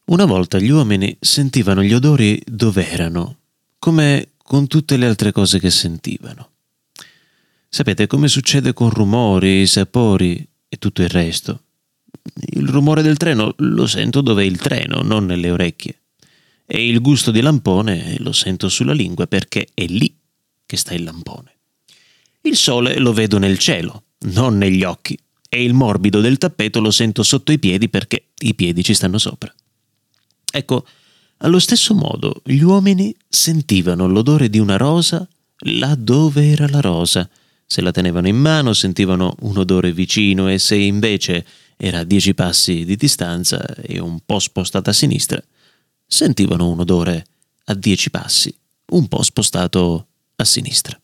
Una volta gli uomini sentivano gli odori dove erano, come con tutte le altre cose che sentivano. Sapete come succede con rumori, sapori e tutto il resto? Il rumore del treno lo sento dove è il treno, non nelle orecchie. E il gusto di lampone lo sento sulla lingua perché è lì che sta il lampone. Il sole lo vedo nel cielo, non negli occhi. E il morbido del tappeto lo sento sotto i piedi perché i piedi ci stanno sopra. Ecco, allo stesso modo gli uomini sentivano l'odore di una rosa là dove era la rosa. Se la tenevano in mano sentivano un odore vicino e se invece era a 10 passi di distanza e un po' spostata a sinistra, sentivano un odore a 10 passi, un po' spostato a sinistra.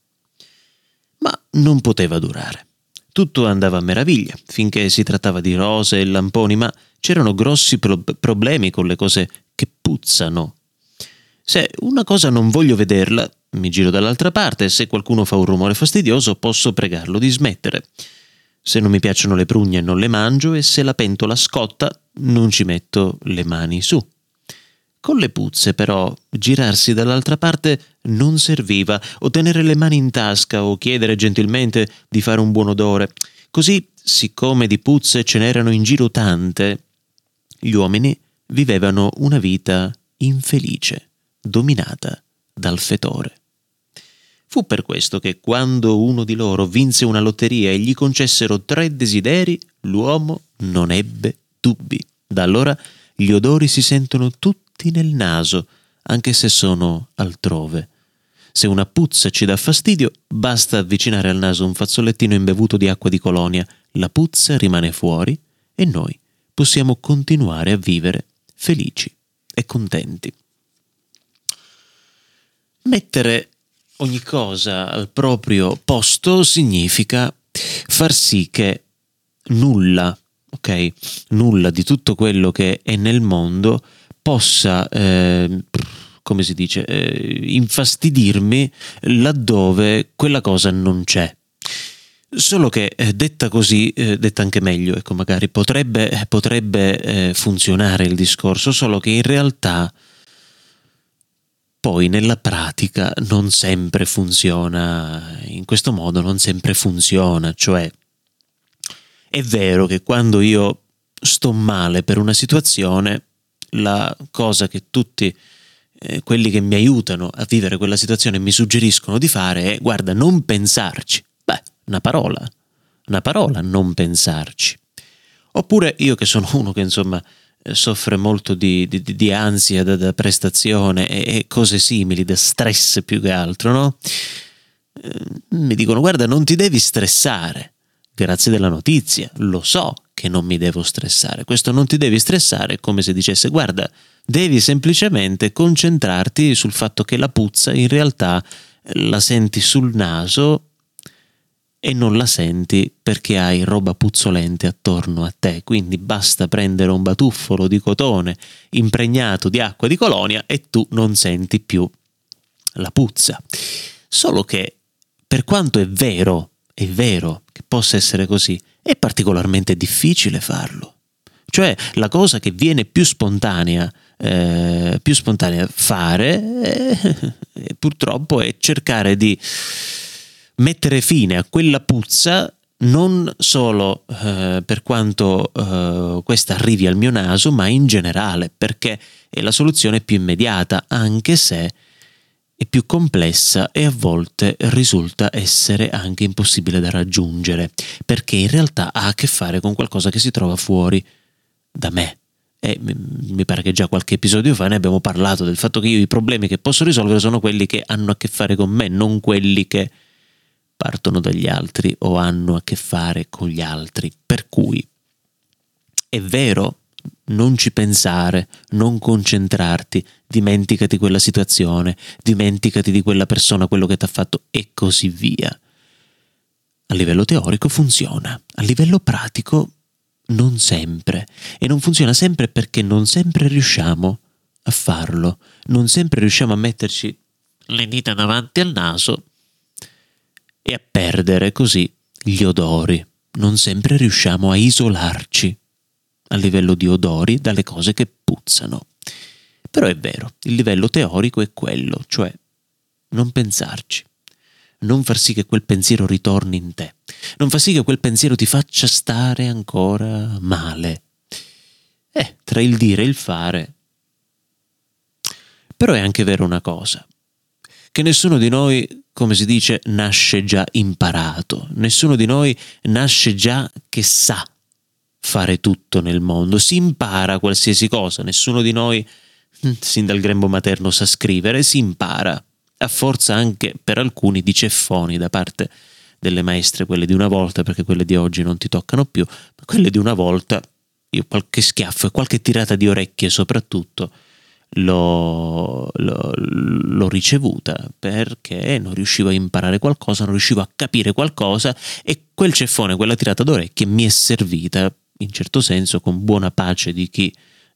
Ma non poteva durare. Tutto andava a meraviglia, finché si trattava di rose e lamponi, ma c'erano grossi problemi con le cose che puzzano. Se una cosa non voglio vederla, mi giro dall'altra parte e se qualcuno fa un rumore fastidioso posso pregarlo di smettere. Se non mi piacciono le prugne non le mangio e se la pentola scotta non ci metto le mani su. Con le puzze, però, girarsi dall'altra parte non serviva, o tenere le mani in tasca o chiedere gentilmente di fare un buon odore. Così, siccome di puzze ce n'erano in giro tante, gli uomini vivevano una vita infelice, dominata dal fetore. Fu per questo che quando uno di loro vinse una lotteria e gli concessero 3 desideri, l'uomo non ebbe dubbi. Da allora gli odori si sentono tutti nel naso, anche se sono altrove. Se una puzza ci dà fastidio, basta avvicinare al naso un fazzolettino imbevuto di acqua di colonia, la puzza rimane fuori e noi possiamo continuare a vivere felici e contenti. Mettere ogni cosa al proprio posto significa far sì che nulla di tutto quello che è nel mondo possa, infastidirmi laddove quella cosa non c'è. Solo che detta così, detta anche meglio, ecco, magari potrebbe funzionare il discorso, solo che in realtà poi nella pratica non sempre funziona in questo modo, non sempre funziona, cioè è vero che quando io sto male per una situazione, la cosa che tutti quelli che mi aiutano a vivere quella situazione mi suggeriscono di fare è: guarda, non pensarci. Beh, una parola, non pensarci. Oppure io che sono uno che insomma soffre molto di ansia da prestazione e cose simili, da stress più che altro, no? Mi dicono: guarda, non ti devi stressare. Grazie della notizia, lo so che non mi devo stressare. Questo non ti devi stressare è come se dicesse: guarda, devi semplicemente concentrarti sul fatto che la puzza in realtà la senti sul naso e non la senti perché hai roba puzzolente attorno a te, quindi basta prendere un batuffolo di cotone impregnato di acqua di colonia e tu non senti più la puzza. Solo che, per quanto è vero che possa essere così, è particolarmente difficile farlo. Cioè, la cosa che viene più spontanea fare purtroppo è cercare di mettere fine a quella puzza, non solo per quanto questa arrivi al mio naso, ma in generale, perché è la soluzione più immediata, anche se è più complessa e a volte risulta essere anche impossibile da raggiungere, perché in realtà ha a che fare con qualcosa che si trova fuori da me. E mi pare che già qualche episodio fa ne abbiamo parlato del fatto che io i problemi che posso risolvere sono quelli che hanno a che fare con me, non quelli che partono dagli altri o hanno a che fare con gli altri. Per cui è vero, non ci pensare, non concentrarti, dimenticati quella situazione, dimenticati di quella persona, quello che ti ha fatto e così via. A livello teorico funziona, a livello pratico non sempre, e non funziona sempre perché non sempre riusciamo a farlo, non sempre riusciamo a metterci le dita davanti al naso e a perdere così gli odori, non sempre riusciamo a isolarci a livello di odori dalle cose che puzzano. Però è vero, il livello teorico è quello, cioè non pensarci, non far sì che quel pensiero ritorni in te, non far sì che quel pensiero ti faccia stare ancora male. Tra il dire e il fare. Però è anche vero una cosa, che nessuno di noi, come si dice, nasce già imparato, nessuno di noi nasce già che sa fare tutto nel mondo, si impara qualsiasi cosa, nessuno di noi sin dal grembo materno sa scrivere, si impara, a forza anche per alcuni di ceffoni da parte delle maestre, quelle di una volta, perché quelle di oggi non ti toccano più, ma quelle di una volta, io qualche schiaffo e qualche tirata di orecchie soprattutto l'ho ricevuta perché non riuscivo a imparare qualcosa, non riuscivo a capire qualcosa e quel ceffone, quella tirata d'orecchie mi è servita in certo senso con buona pace di chi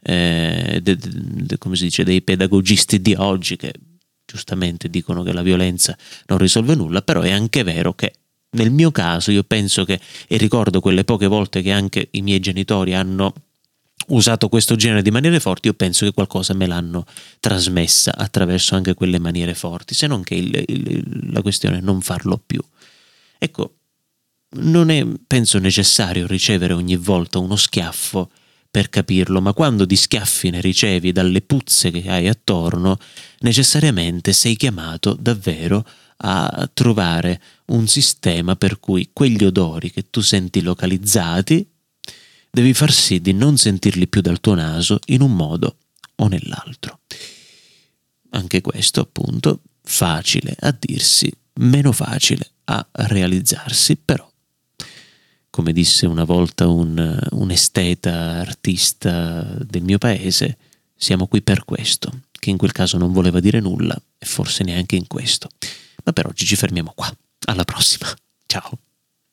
come si dice, dei pedagogisti di oggi che giustamente dicono che la violenza non risolve nulla, però è anche vero che nel mio caso io penso che, e ricordo quelle poche volte che anche i miei genitori hanno usato questo genere di maniere forti, io penso che qualcosa me l'hanno trasmessa attraverso anche quelle maniere forti, se non che la questione è non farlo più. Ecco, non è, penso, necessario ricevere ogni volta uno schiaffo per capirlo, ma quando di schiaffi ne ricevi dalle puzze che hai attorno, necessariamente sei chiamato davvero a trovare un sistema per cui quegli odori che tu senti localizzati devi far sì di non sentirli più dal tuo naso in un modo o nell'altro. Anche questo, appunto, facile a dirsi, meno facile a realizzarsi, però, come disse una volta un esteta artista del mio paese, siamo qui per questo, che in quel caso non voleva dire nulla, e forse neanche in questo. Ma per oggi ci fermiamo qua. Alla prossima. Ciao.